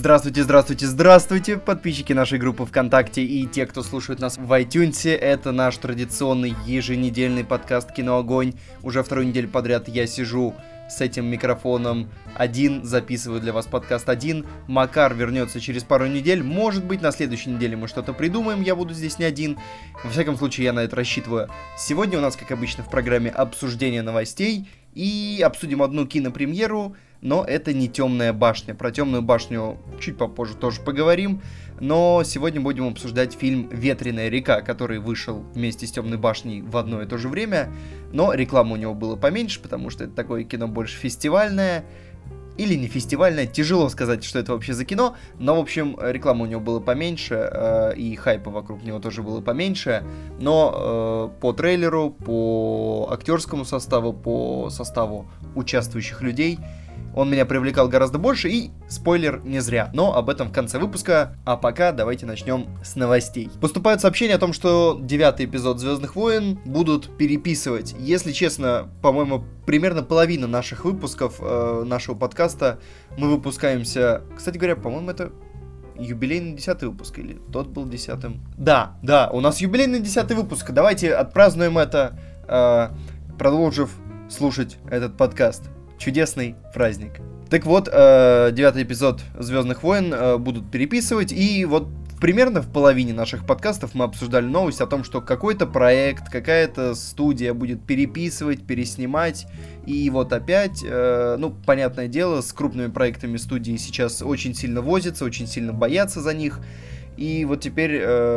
Здравствуйте, здравствуйте, здравствуйте, подписчики нашей группы ВКонтакте и те, кто слушает нас в iTunes. Это наш традиционный еженедельный подкаст «Киноогонь». Уже вторую неделю подряд я сижу с этим микрофоном один, записываю для вас подкаст один. Макар вернется через пару недель. Может быть, на следующей неделе мы что-то придумаем, я буду здесь не один. Во всяком случае, я на это рассчитываю. Сегодня у нас, как обычно, в программе обсуждение новостей. И обсудим одну кинопремьеру, но это не «Темная башня». Про «Темную башню» чуть попозже тоже поговорим. Но сегодня будем обсуждать фильм «Ветреная река», который вышел вместе с «Темной башней» в одно и то же время. Но рекламы у него было поменьше, потому что это такое кино больше фестивальное. Или не фестивальное, тяжело сказать, что это вообще за кино. Но, в общем, рекламы у него было поменьше, и хайпа вокруг него тоже было поменьше. Но по трейлеру, по актерскому составу, по составу участвующих людей он меня привлекал гораздо больше, и спойлер не зря, но об этом в конце выпуска. А пока давайте начнем с новостей. Поступают сообщения о том, что 9-й эпизод «Звездных войн» будут переписывать. Если честно, по-моему, примерно половина наших выпусков нашего подкаста мы выпускаемся... Кстати говоря, по-моему, это юбилейный 10-й выпуск, или тот был 10-м? Да, у нас юбилейный 10-й выпуск. Давайте отпразднуем это, продолжив слушать этот подкаст. Чудесный праздник. Так вот, 9-й эпизод «Звездных войн» будут переписывать, и вот примерно в половине наших подкастов мы обсуждали новость о том, что какой-то проект, какая-то студия будет переписывать, переснимать, и вот опять, понятное дело, с крупными проектами студии сейчас очень сильно возятся, очень сильно боятся за них, и вот теперь...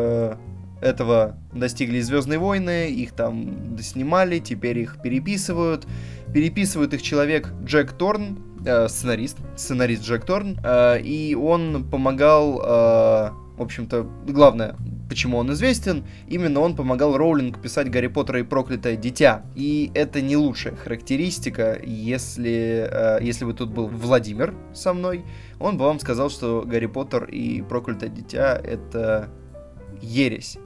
этого достигли «Звездные войны», их там доснимали, теперь их переписывают. Переписывает их человек Джек Торн, сценарист Джек Торн, и он помогал, в общем-то, главное, почему он известен, именно он помогал Роулинг писать «Гарри Поттера и проклятое дитя». И это не лучшая характеристика, если бы тут был Владимир со мной, он бы вам сказал, что «Гарри Поттер и проклятое дитя» — это... ересь.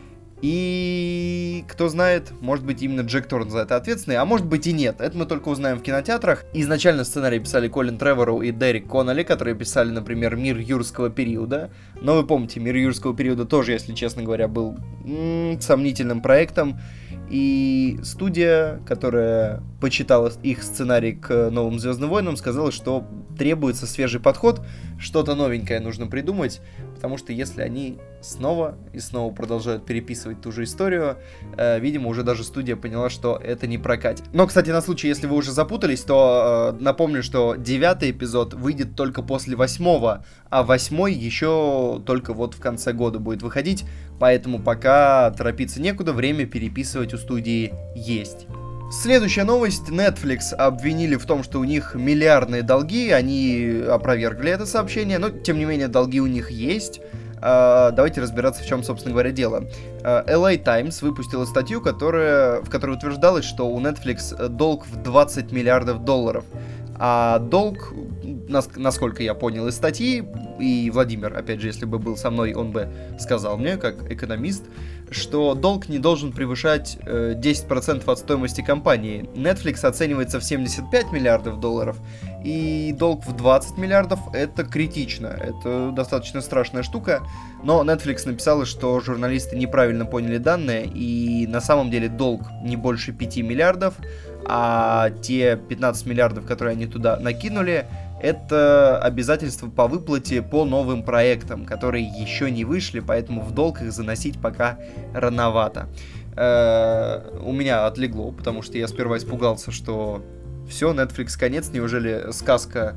И кто знает, может быть, именно Джек Торн за это ответственный, а может быть и нет. Это мы только узнаем в кинотеатрах. Изначально сценарий писали Колин Треворроу и Дерек Коннелли, которые писали, например, «Мир юрского периода». Но вы помните, «Мир юрского периода» тоже, если честно говоря, был сомнительным проектом. И студия, которая почитала их сценарий к новым «Звездным войнам», сказала, что требуется свежий подход, что-то новенькое нужно придумать, потому что если они снова и снова продолжают переписывать ту же историю, видимо, уже даже студия поняла, что это не прокатит. Но, кстати, на случай, если вы уже запутались, то напомню, что 9-й эпизод выйдет только после 8-го, а 8-й еще только вот в конце года будет выходить, поэтому пока торопиться некуда, время переписывать у студии есть. Следующая новость. Netflix обвинили в том, что у них миллиардные долги, они опровергли это сообщение, но, тем не менее, долги у них есть. Давайте разбираться, в чем, собственно говоря, дело. LA Times выпустила статью, в которой утверждалось, что у Netflix долг в 20 миллиардов долларов. А долг, насколько я понял из статьи, и Владимир, опять же, если бы был со мной, он бы сказал мне, как экономист, что долг не должен превышать 10% от стоимости компании. Netflix оценивается в 75 миллиардов долларов, и долг в 20 миллиардов — это критично, это достаточно страшная штука, но Netflix написала, что журналисты неправильно поняли данные, и на самом деле долг не больше 5 миллиардов, а те 15 миллиардов, которые они туда накинули, это обязательства по выплате по новым проектам, которые еще не вышли, поэтому в долг их заносить пока рановато. У меня отлегло, потому что я сперва испугался, что все, Netflix конец, неужели сказка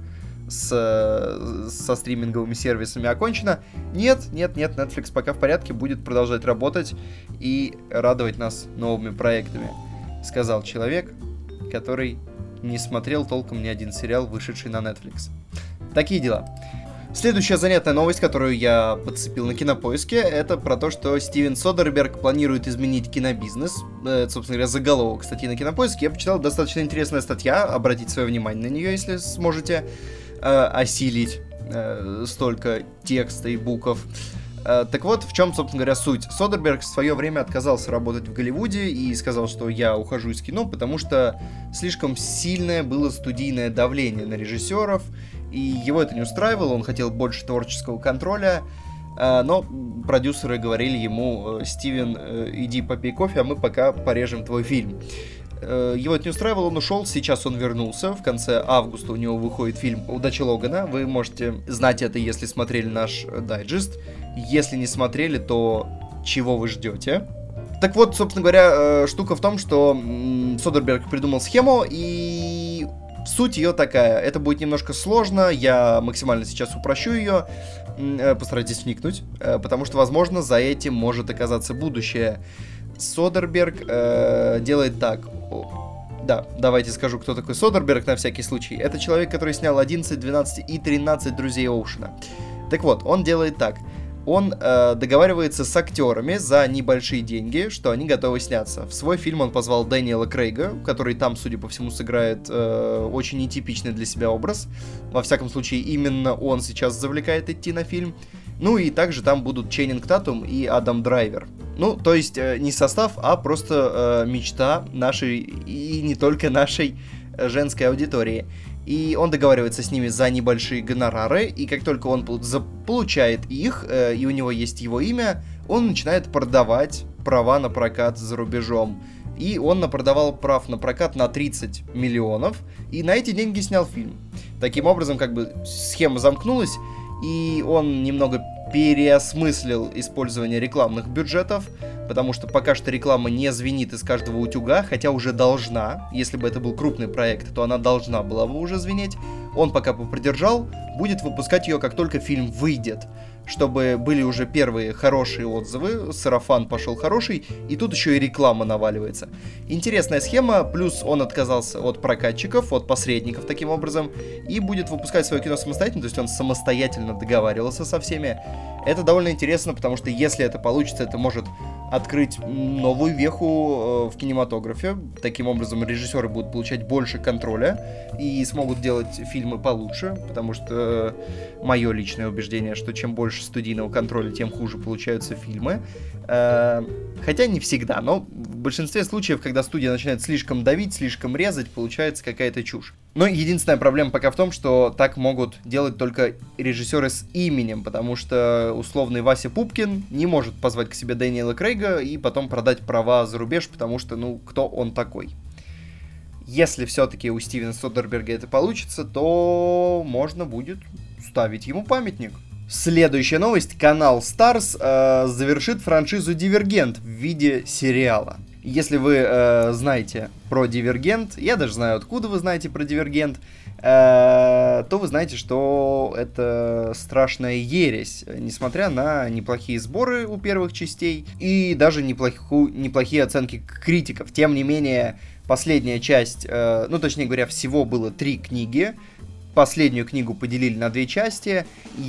со стриминговыми сервисами окончена? Нет, Netflix пока в порядке, будет продолжать работать и радовать нас новыми проектами, сказал человек, который не смотрел толком ни один сериал, вышедший на Netflix. Такие дела. Следующая занятная новость, которую я подцепил на Кинопоиске, это про то, что Стивен Содерберг планирует изменить кинобизнес. Это, собственно говоря, заголовок статьи на Кинопоиске. Я почитал, достаточно интересная статья, обратите свое внимание на нее, если сможете осилить столько текста и букв. Так вот, в чем, собственно говоря, суть. Содерберг в свое время отказался работать в Голливуде и сказал, что я ухожу из кино, потому что слишком сильное было студийное давление на режиссеров, И его это не устраивало, он хотел больше творческого контроля, но продюсеры говорили ему: Стивен, иди попей кофе, а мы пока порежем твой фильм. Его это не устраивало, он ушел, сейчас он вернулся, в конце августа у него выходит фильм «Удачи Логана», вы можете знать это, если смотрели наш дайджест, если не смотрели, то чего вы ждете? Так вот, собственно говоря, штука в том, что Содерберг придумал схему, и суть ее такая. Это будет немножко сложно, я максимально сейчас упрощу ее, постарайтесь вникнуть, потому что, возможно, за этим может оказаться будущее. Содерберг делает так. Да, давайте скажу, кто такой Содерберг на всякий случай. Это человек, который снял 11, 12 и 13 «Друзей Оушена». Так вот, он делает так. Он договаривается с актерами за небольшие деньги, что они готовы сняться. В свой фильм он позвал Дэниела Крейга, который там, судя по всему, сыграет очень нетипичный для себя образ. Во всяком случае, именно он сейчас завлекает идти на фильм. Ну и также там будут Ченнинг Татум и Адам Драйвер. Ну, то есть не состав, а просто мечта нашей и не только нашей женской аудитории. И он договаривается с ними за небольшие гонорары, и как только он получает их, и у него есть его имя, он начинает продавать права на прокат за рубежом. И он напродавал прав на прокат на 30 миллионов, и на эти деньги снял фильм. Таким образом, как бы схема замкнулась, и он немного переосмыслил использование рекламных бюджетов, потому что пока что реклама не звенит из каждого утюга, хотя уже должна. Если бы это был крупный проект, то она должна была бы уже звенеть. Он пока попридержал, будет выпускать ее, как только фильм выйдет, чтобы были уже первые хорошие отзывы, сарафан пошел хороший, и тут еще и реклама наваливается. Интересная схема, плюс он отказался от прокатчиков, от посредников таким образом, и будет выпускать свое кино самостоятельно, то есть он самостоятельно договаривался со всеми. Это довольно интересно, потому что если это получится, это может открыть новую веху в кинематографе. Таким образом, режиссеры будут получать больше контроля и смогут делать фильмы получше, потому что мое личное убеждение, что чем больше студийного контроля, тем хуже получаются фильмы. Хотя не всегда, но в большинстве случаев, когда студия начинает слишком давить, слишком резать, получается какая-то чушь. Но единственная проблема пока в том, что так могут делать только режиссеры с именем, потому что условный Вася Пупкин не может позвать к себе Дэниела Крейга и потом продать права за рубеж, потому что, ну, кто он такой? Если все-таки у Стивена Содерберга это получится, то можно будет ставить ему памятник. Следующая новость. Канал Starz завершит франшизу «Дивергент» в виде сериала. Если вы знаете про «Дивергент», я даже знаю, откуда вы знаете про «Дивергент», то вы знаете, что это страшная ересь, несмотря на неплохие сборы у первых частей и даже неплохие оценки критиков. Тем не менее, последняя часть, ну, точнее говоря, всего было 3 книги. Последнюю книгу поделили на 2 части.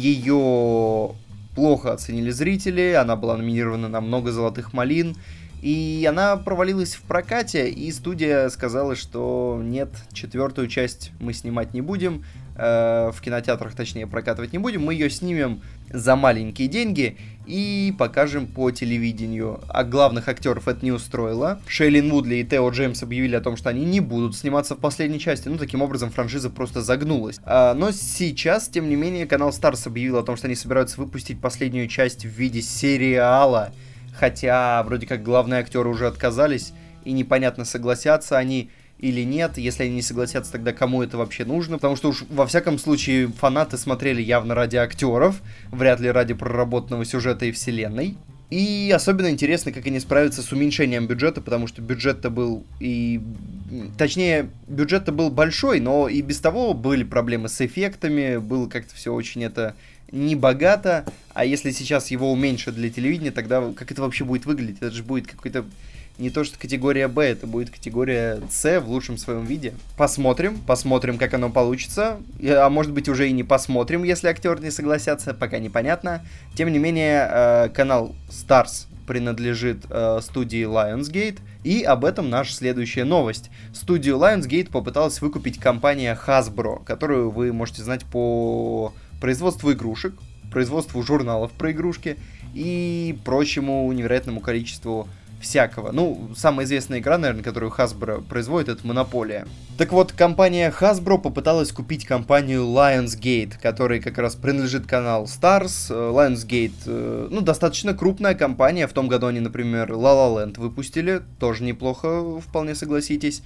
Ее плохо оценили зрители, она была номинирована на много золотых малин. И она провалилась в прокате, и студия сказала, что нет, 4-ю часть мы снимать не будем, в кинотеатрах, точнее, прокатывать не будем, мы ее снимем за маленькие деньги и покажем по телевидению. А главных актеров это не устроило. Шейлин Вудли и Тео Джеймс объявили о том, что они не будут сниматься в последней части, ну, таким образом франшиза просто загнулась. Но сейчас, тем не менее, канал Starz объявил о том, что они собираются выпустить последнюю часть в виде сериала. Хотя, вроде как, главные актеры уже отказались, и непонятно, согласятся они или нет. Если они не согласятся, тогда кому это вообще нужно? Потому что уж, во всяком случае, фанаты смотрели явно ради актеров, вряд ли ради проработанного сюжета и вселенной. И особенно интересно, как они справятся с уменьшением бюджета, потому что бюджет-то был и... Точнее, бюджет-то был большой, но и без того были проблемы с эффектами, было как-то все очень это... не богато, а если сейчас его уменьшат для телевидения, тогда как это вообще будет выглядеть? Это же будет какой-то не то что категория Б, это будет категория С в лучшем своем виде. Посмотрим, как оно получится, а может быть уже и не посмотрим, если актеры не согласятся, пока непонятно. Тем не менее, канал Starz принадлежит студии Lionsgate, и об этом наша следующая новость. Студию Lionsgate попыталась выкупить компания Hasbro, которую вы можете знать по производству игрушек, производству журналов про игрушки и прочему невероятному количеству всякого. Ну, самая известная игра, наверное, которую Hasbro производит, это Монополия. Так вот, компания Hasbro попыталась купить компанию Lionsgate, которой как раз принадлежит канал Stars. Lionsgate, ну, достаточно крупная компания. В том году они, например, La La Land выпустили. Тоже неплохо, вполне согласитесь.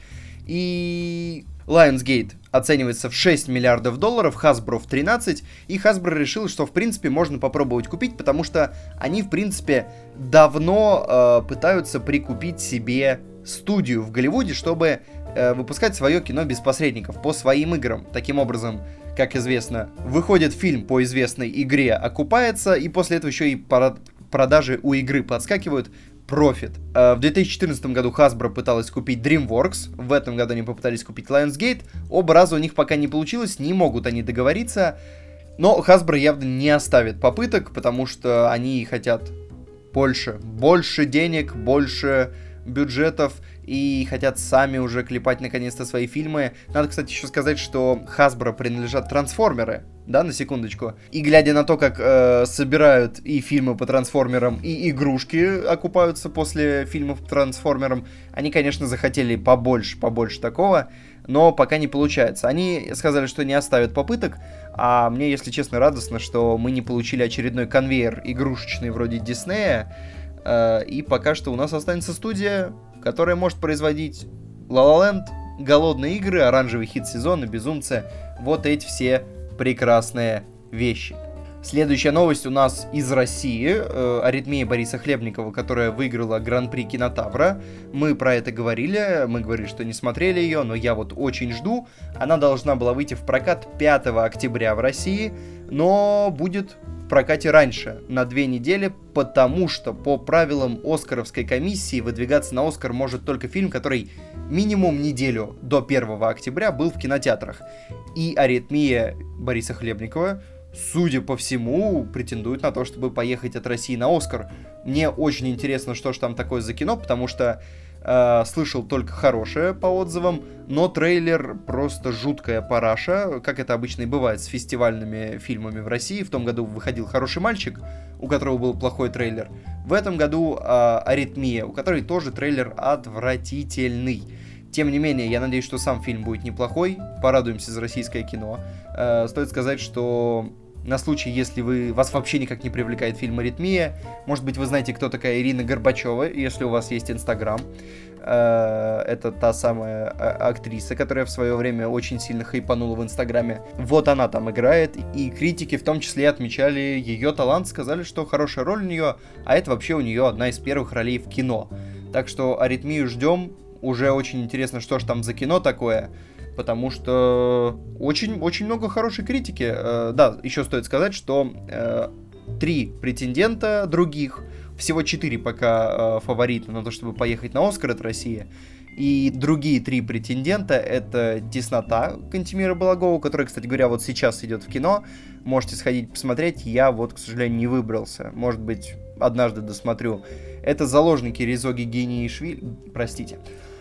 И Lionsgate оценивается в 6 миллиардов долларов, Hasbro в 13, и Hasbro решил, что в принципе можно попробовать купить, потому что они в принципе давно пытаются прикупить себе студию в Голливуде, чтобы выпускать свое кино без посредников, по своим играм. Таким образом, как известно, выходит фильм по известной игре, окупается, и после этого еще и продажи у игры подскакивают. Профит. В 2014 году Hasbro пыталась купить DreamWorks, в этом году они попытались купить Lionsgate, оба раза у них пока не получилось, не могут они договориться, но Hasbro явно не оставит попыток, потому что они хотят больше денег, больше бюджетов, и хотят сами уже клепать наконец-то свои фильмы. Надо, кстати, еще сказать, что Hasbro принадлежат трансформеры, да, на секундочку. И глядя на то, как собирают и фильмы по трансформерам, и игрушки окупаются после фильмов по трансформерам, они, конечно, захотели побольше такого, но пока не получается. Они сказали, что не оставят попыток, а мне, если честно, радостно, что мы не получили очередной конвейер игрушечный вроде Диснея, и пока что у нас останется студия, которая может производить La La Land, Голодные игры, Оранжевый хит сезона, Безумцы, вот эти все прекрасные вещи. Следующая новость у нас из России. Аритмия Бориса Хлебникова, которая выиграла Гран-при Кинотавра. Мы про это говорили, мы говорили, что не смотрели ее, но я вот очень жду. Она должна была выйти в прокат 5 октября в России, но будет в прокате раньше, на 2 недели, потому что по правилам Оскаровской комиссии выдвигаться на Оскар может только фильм, который минимум неделю до 1 октября был в кинотеатрах. И «Аритмия» Бориса Хлебникова, судя по всему, претендует на то, чтобы поехать от России на Оскар. Мне очень интересно, что же там такое за кино, потому что слышал только хорошее по отзывам, но трейлер просто жуткая параша, как это обычно и бывает с фестивальными фильмами в России. В том году выходил «Хороший мальчик», у которого был плохой трейлер. В этом году «Аритмия», у которой тоже трейлер отвратительный. Тем не менее, я надеюсь, что сам фильм будет неплохой. Порадуемся за российское кино. Стоит сказать, что на случай, если вас вообще никак не привлекает фильм «Аритмия», может быть, вы знаете, кто такая Ирина Горбачева, если у вас есть Инстаграм. Это та самая актриса, которая в свое время очень сильно хайпанула в Инстаграме. Вот она там играет, и критики в том числе отмечали ее талант, сказали, что хорошая роль у нее, а это вообще у нее одна из первых ролей в кино. Так что «Аритмию» ждем. Уже очень интересно, что же там за кино такое, потому что очень много хорошей критики. Да, еще стоит сказать, что 3 претендента других, всего 4 пока фаворита на то, чтобы поехать на Оскар от России. И другие 3 претендента — это «Теснота» Кантемира Балагова, которая, кстати говоря, вот сейчас идет в кино. Можете сходить посмотреть. Я вот, к сожалению, не выбрался. Может быть, однажды досмотрю. Это «Заложники» Резо Гигинеишвили. Простите.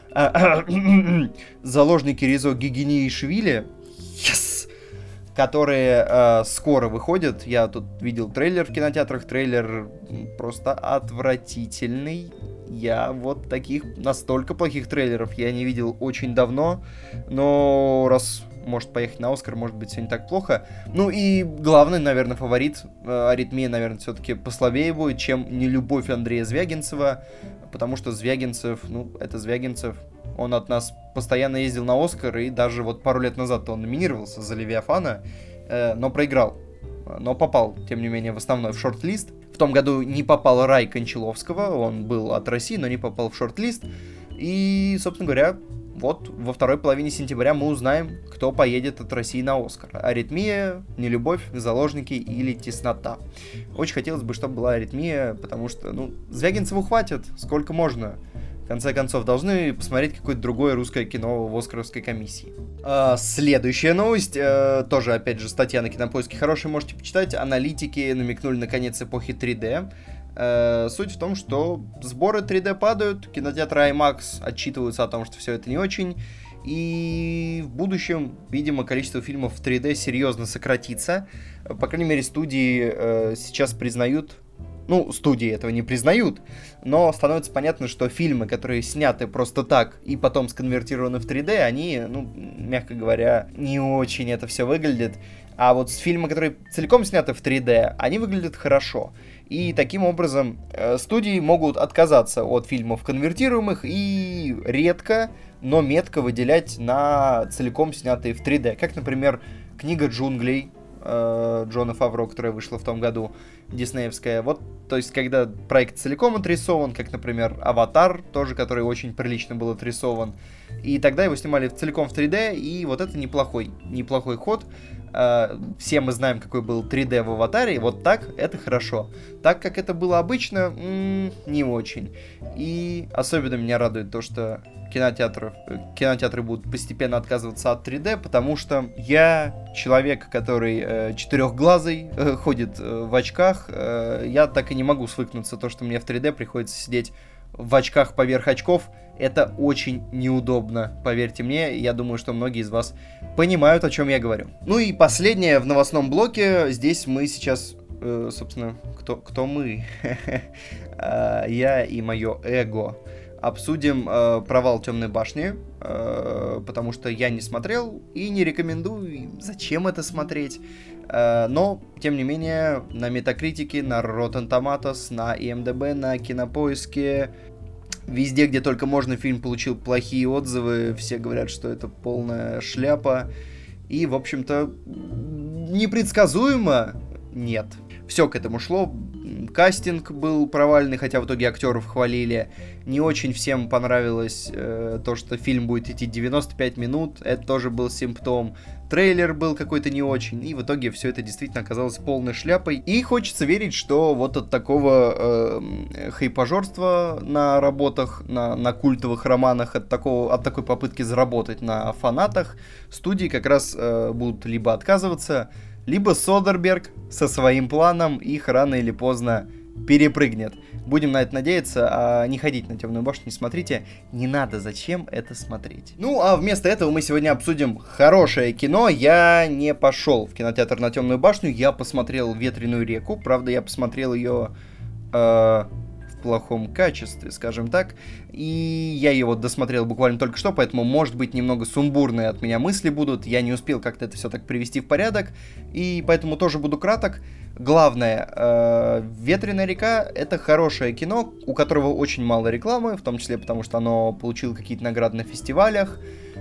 «Заложники» Резо Гигинеишвили, yes! Которые скоро выходят. Я тут видел трейлер в кинотеатрах. Трейлер просто отвратительный. Я вот таких настолько плохих трейлеров я не видел очень давно. Но раз может поехать на Оскар, может быть, все не так плохо. Ну и главный, наверное, фаворит «Аритмия», наверное, все-таки послабее будет, чем «Нелюбовь» Андрея Звягинцева. Потому что Звягинцев, это Звягинцев. Он от нас постоянно ездил на Оскар, и даже вот пару лет назад он номинировался за «Левиафана», но проиграл. Но попал, тем не менее, в основной, в шорт-лист. В том году не попал Рай Кончаловского, он был от России, но не попал в шорт-лист. И, собственно говоря, вот во второй половине сентября мы узнаем, кто поедет от России на Оскар. «Аритмия», «Нелюбовь», «Заложники» или «Теснота». Очень хотелось бы, чтобы была «Аритмия», потому что, Звягинцеву хватит, сколько можно. В конце концов, должны посмотреть какое-то другое русское кино в Оскаровской комиссии. Следующая новость, тоже, опять же, статья на Кинопоиске хорошая, можете почитать. Аналитики намекнули на конец эпохи 3D. Суть в том, что сборы 3D падают, кинотеатры IMAX отчитываются о том, что все это не очень, и в будущем, видимо, количество фильмов в 3D серьезно сократится. По крайней мере, студии сейчас признают Ну, студии этого не признают, но становится понятно, что фильмы, которые сняты просто так и потом сконвертированы в 3D, они, ну, мягко говоря, не очень это все выглядит. А вот фильмы, которые целиком сняты в 3D, они выглядят хорошо. И таким образом студии могут отказаться от фильмов конвертируемых и редко, но метко выделять на целиком снятые в 3D. Как, например, «Книга джунглей» Джона Фавро, которая вышла в том году, диснеевская. Вот, то есть, когда проект целиком отрисован, как, например, «Аватар», тоже, который очень прилично был отрисован, и тогда его снимали целиком в 3D, и вот это неплохой ход. Все мы знаем, какой был 3D в «Аватаре», вот так это хорошо. Так, как это было обычно, не очень. И особенно меня радует то, что кинотеатры будут постепенно отказываться от 3D, потому что я человек, который четырехглазый, ходит в очках, я так и не могу свыкнуться то, что мне в 3D приходится сидеть в очках поверх очков. Это очень неудобно, поверьте мне. Я думаю, что многие из вас понимают, о чем я говорю. Ну и последнее в новостном блоке. Здесь мы сейчас, собственно, кто мы? Я и мое эго. Обсудим провал «Темной башни», потому что я не смотрел и не рекомендую. Зачем это смотреть? Но, тем не менее, на Метакритике, на Rotten Tomatoes, на IMDb, на Кинопоиске, везде, где только можно, фильм получил плохие отзывы. Все говорят, что это полная шляпа. И, в общем-то, непредсказуемо нет. Все к этому шло. Кастинг был провальный, хотя в итоге актеров хвалили. Не очень всем понравилось то, что фильм будет идти 95 минут. Это тоже был симптом. Трейлер был какой-то не очень. И в итоге все это действительно оказалось полной шляпой. И хочется верить, что вот от такого хайпажорства на работах, на культовых романах, от такой попытки заработать на фанатах, студии как раз будут либо отказываться, либо Содерберг со своим планом их рано или поздно перепрыгнет. Будем на это надеяться, а не ходить на «Темную башню», не смотрите. Не надо, зачем это смотреть. Ну, а вместо этого мы сегодня обсудим хорошее кино. Я не пошел в кинотеатр на «Темную башню», я посмотрел «Ветреную реку». Правда, я посмотрел ее в плохом качестве, скажем так. И я его досмотрел буквально только что, поэтому, может быть, немного сумбурные от меня мысли будут. Я не успел как-то это все так привести в порядок, и поэтому тоже буду краток. Главное, «Ветреная река» — это хорошее кино, у которого очень мало рекламы, в том числе потому, что оно получило какие-то награды на фестивалях,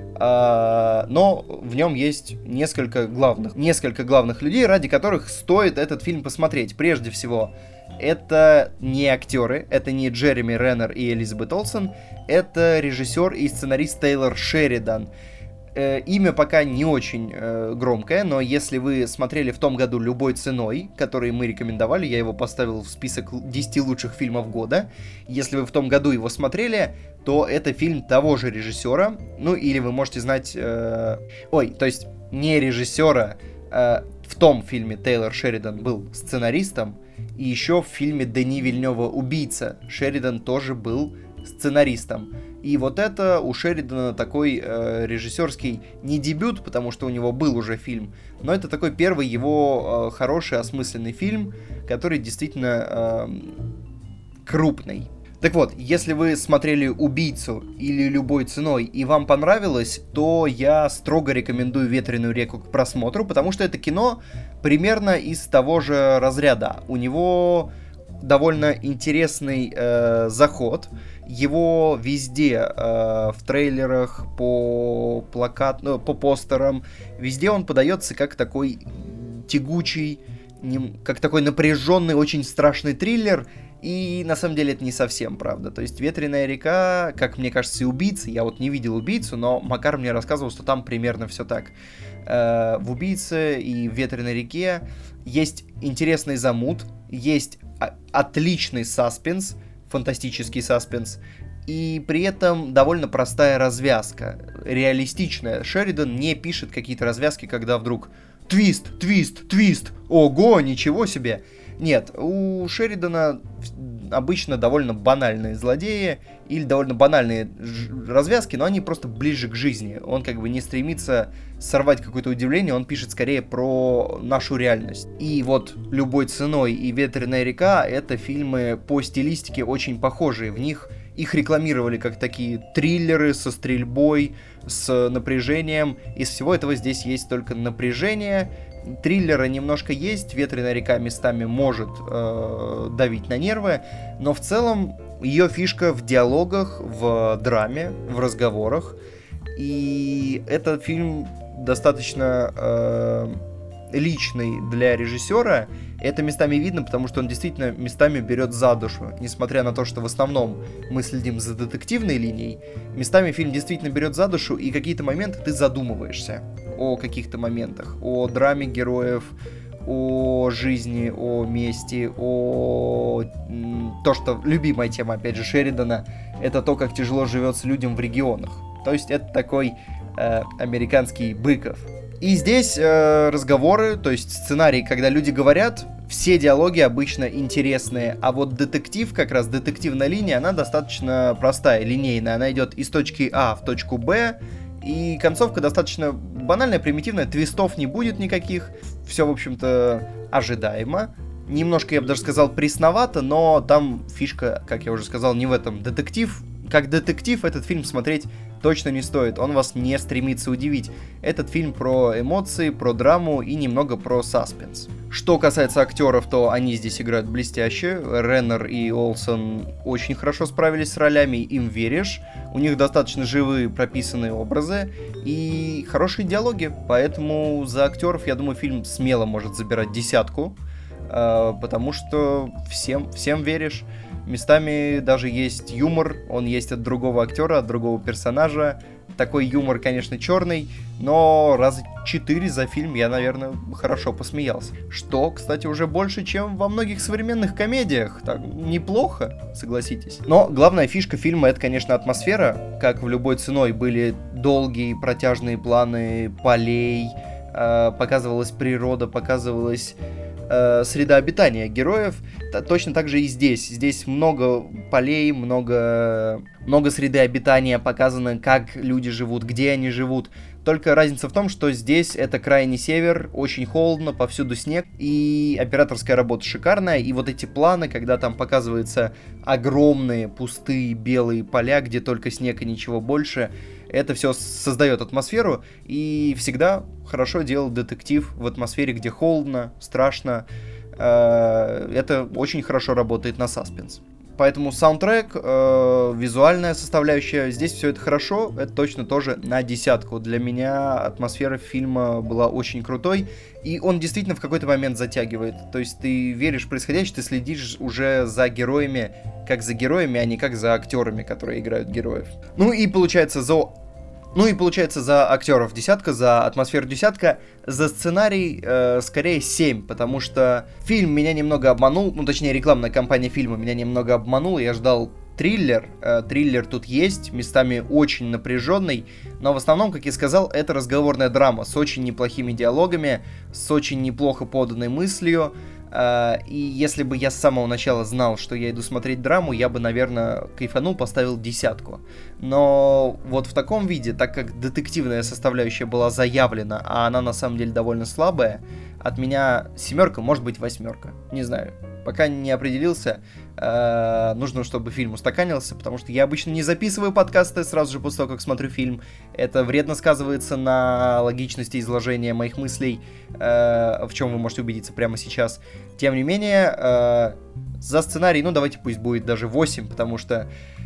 но в нем есть несколько главных людей, ради которых стоит этот фильм посмотреть. Прежде всего, это не актеры, это не Джереми Реннер и Элизабет Олсен, это режиссер и сценарист Тейлор Шеридан. Имя пока не очень громкое, но если вы смотрели в том году «Любой ценой», который мы рекомендовали, я его поставил в список 10 лучших фильмов года, если вы в том году его смотрели, то это фильм того же режиссера, ну или вы можете знать... то есть не режиссера, в том фильме Тейлор Шеридан был сценаристом, и еще в фильме Дени Вильнёва «Убийца» Шеридан тоже был сценаристом. И вот это у Шеридана такой режиссерский не дебют, потому что у него был уже фильм, но это такой первый его хороший, осмысленный фильм, который действительно крупный. Так вот, если вы смотрели «Убийцу» или «Любой ценой» и вам понравилось, то я строго рекомендую «Ветреную реку» к просмотру, потому что это кино примерно из того же разряда. У него довольно интересный заход. Его везде, в трейлерах, по постерам, везде он подается как такой тягучий, как такой напряженный, очень страшный триллер. И на самом деле это не совсем правда. То есть «Ветреная река», как мне кажется, и «Убийца», я вот не видел «Убийцу», но Макар мне рассказывал, что там примерно все так. В «Убийце» и в «Ветреной реке» есть интересный замут, есть отличный саспенс, фантастический саспенс, и при этом довольно простая развязка, реалистичная. Шеридан не пишет какие-то развязки, когда вдруг твист, ого, ничего себе. Нет, у Шеридана обычно довольно банальные злодеи или довольно банальные развязки, но они просто ближе к жизни. Он как бы не стремится сорвать какое-то удивление, он пишет скорее про нашу реальность. И вот «Любой ценой» и «Ветреная река» — это фильмы по стилистике очень похожие. В них их рекламировали как такие триллеры со стрельбой, с напряжением. Из всего этого здесь есть только напряжение. Триллера немножко есть, «Ветреная река» местами может давить на нервы, но в целом ее фишка в диалогах, в драме, в разговорах. И этот фильм достаточно личный для режиссера. Это местами видно, потому что он действительно местами берет за душу. Несмотря на то, что в основном мы следим за детективной линией, местами фильм действительно берет за душу, и какие-то моменты ты задумываешься о каких-то моментах, о драме героев, о жизни, о мести, о то, что любимая тема, опять же, Шеридана, это то, как тяжело живется людям в регионах. То есть это такой американский Быков. И здесь разговоры, то есть сценарий, когда люди говорят, все диалоги обычно интересные, а вот детектив, как раз детективная линия, она достаточно простая, линейная, она идет из точки А в точку Б, и концовка достаточно банальная, примитивная, твистов не будет никаких, все, в общем-то, ожидаемо. Немножко, я бы даже сказал, пресновато, но там фишка, как я уже сказал, не в этом. Как детектив этот фильм смотреть точно не стоит, он вас не стремится удивить. Этот фильм про эмоции, про драму и немного про саспенс. Что касается актеров, то они здесь играют блестяще. Реннер и Олсен очень хорошо справились с ролями, им веришь. У них достаточно живые прописанные образы и хорошие диалоги, поэтому за актеров, я думаю, фильм смело может забирать 10, потому что всем веришь. Местами даже есть юмор, он есть от другого актера, от другого персонажа. Такой юмор, конечно, черный, но раза 4 за фильм я, наверное, хорошо посмеялся. Что, кстати, уже больше, чем во многих современных комедиях. Так, неплохо, согласитесь. Но главная фишка фильма — это, конечно, атмосфера. Как в «Любой ценой» были долгие протяжные планы полей, показывалась природа, показывалась среда обитания героев, точно так же и здесь. Здесь много полей, много среды обитания, показано, как люди живут, где они живут. Только разница в том, что здесь это крайний север, очень холодно, повсюду снег, и операторская работа шикарная, и вот эти планы, когда там показываются огромные пустые белые поля, где только снег и ничего больше, это все создает атмосферу, и всегда хорошо делал детектив в атмосфере, где холодно, страшно. Это очень хорошо работает на саспенс. Поэтому саундтрек, визуальная составляющая, здесь все это хорошо, это точно тоже на 10. Для меня атмосфера фильма была очень крутой, и он действительно в какой-то момент затягивает. То есть ты веришь в происходящее, ты следишь уже за героями, как за героями, а не как за актерами, которые играют героев. Ну и получается за актеров 10, за атмосферу 10, за сценарий скорее 7, потому что фильм меня немного обманул, ну точнее рекламная кампания фильма меня немного обманула, я ждал триллер, триллер тут есть, местами очень напряженный, но в основном, как я сказал, это разговорная драма с очень неплохими диалогами, с очень неплохо поданной мыслью. И если бы я с самого начала знал, что я иду смотреть драму, я бы, наверное, кайфанул, поставил 10. Но вот в таком виде, так как детективная составляющая была заявлена, а она на самом деле довольно слабая, от меня 7, может быть 8. Не знаю. Пока не определился, нужно, чтобы фильм устаканился, потому что я обычно не записываю подкасты сразу же после того, как смотрю фильм. Это вредно сказывается на логичности изложения моих мыслей, в чем вы можете убедиться прямо сейчас. Тем не менее, за сценарий, давайте пусть будет даже 8, потому что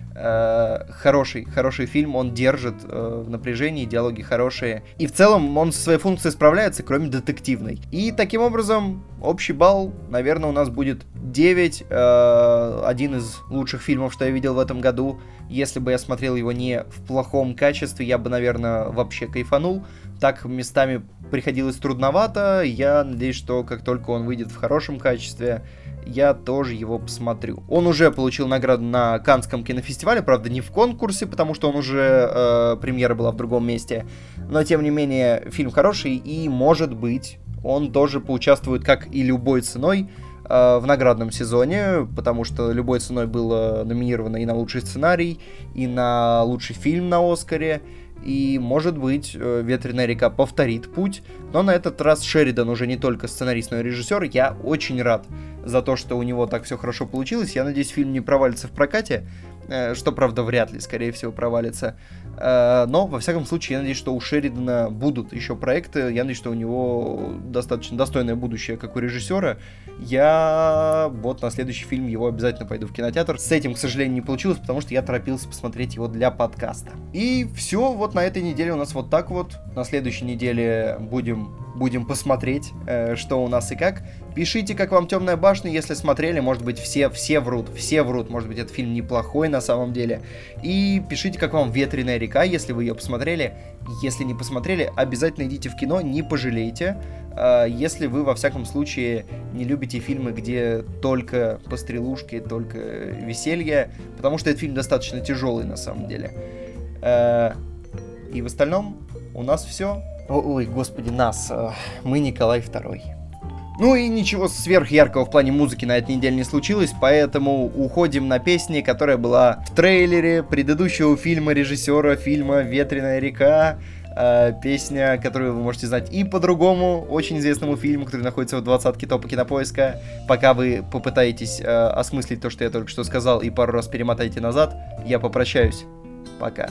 хороший фильм, он держит в напряжении, диалоги хорошие. И в целом он со своей функцией справляется, кроме детективной. И таким образом, общий балл, наверное, у нас будет 9. Один из лучших фильмов, что я видел в этом году. Если бы я смотрел его не в плохом качестве, я бы, наверное, вообще кайфанул. Так местами приходилось трудновато. Я надеюсь, что как только он выйдет в хорошем качестве, я тоже его посмотрю. Он уже получил награду на Каннском кинофестивале, правда, не в конкурсе, потому что он уже премьера была в другом месте. Но, тем не менее, фильм хороший, и, может быть, он тоже поучаствует, как и «Любой ценой», в наградном сезоне, потому что любой ценой было номинировано и на лучший сценарий, и на лучший фильм на Оскаре. И, может быть, «Ветреная река» повторит путь, но на этот раз Шеридан уже не только сценарист, но и режиссер. Я очень рад за то, что у него так все хорошо получилось. Я надеюсь, фильм не провалится в прокате, что, правда, вряд ли, скорее всего, провалится. Но, во всяком случае, я надеюсь, что у Шеридана будут еще проекты. Я надеюсь, что у него достаточно достойное будущее, как у режиссера. Я вот на следующий фильм его обязательно пойду в кинотеатр. С этим, к сожалению, не получилось, потому что я торопился посмотреть его для подкаста. И все, вот на этой неделе у нас вот так вот. На следующей неделе будем посмотреть, что у нас и как. Пишите, как вам «Темная башня», если смотрели. Может быть, все врут. Может быть, этот фильм неплохой на самом деле. И пишите, как вам «Ветреная река», если вы ее посмотрели. Если не посмотрели, обязательно идите в кино, не пожалейте. Если вы, во всяком случае, не любите фильмы, где только пострелушки, только веселье, потому что этот фильм достаточно тяжелый на самом деле. И в остальном у нас все. Ой, господи, мы Николай II. Ну и ничего сверхяркого в плане музыки на этой неделе не случилось, поэтому уходим на песни, которая была в трейлере предыдущего фильма режиссера фильма «Ветреная река». Песня, которую вы можете знать и по другому очень известному фильму, который находится в 20-ке топа Кинопоиска. Пока вы попытаетесь осмыслить то, что я только что сказал, и пару раз перемотайте назад, я попрощаюсь. Пока.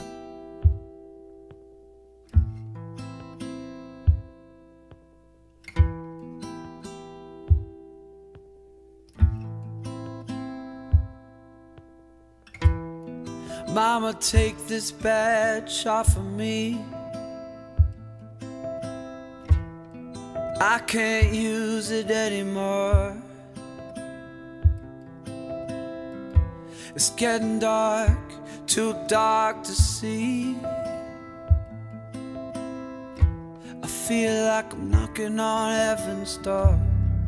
Mama, take this badge off of me. I can't use it anymore. It's getting dark, too dark to see. I feel like I'm knocking on heaven's door.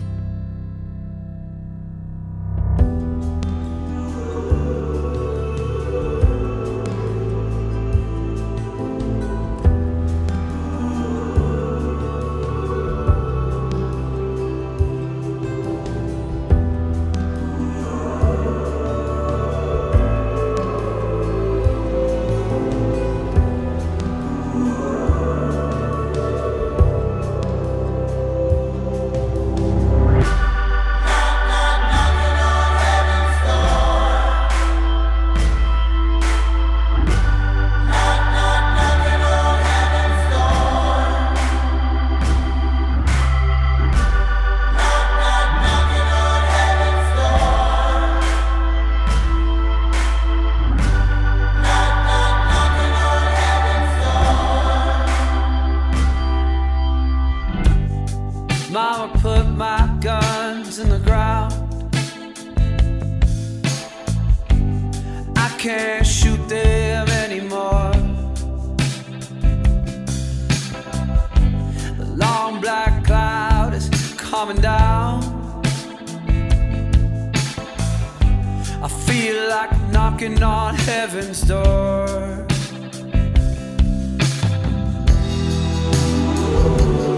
Mama put my guns in the ground. I can't shoot them anymore. The long black cloud is coming down. I feel like knocking on heaven's door.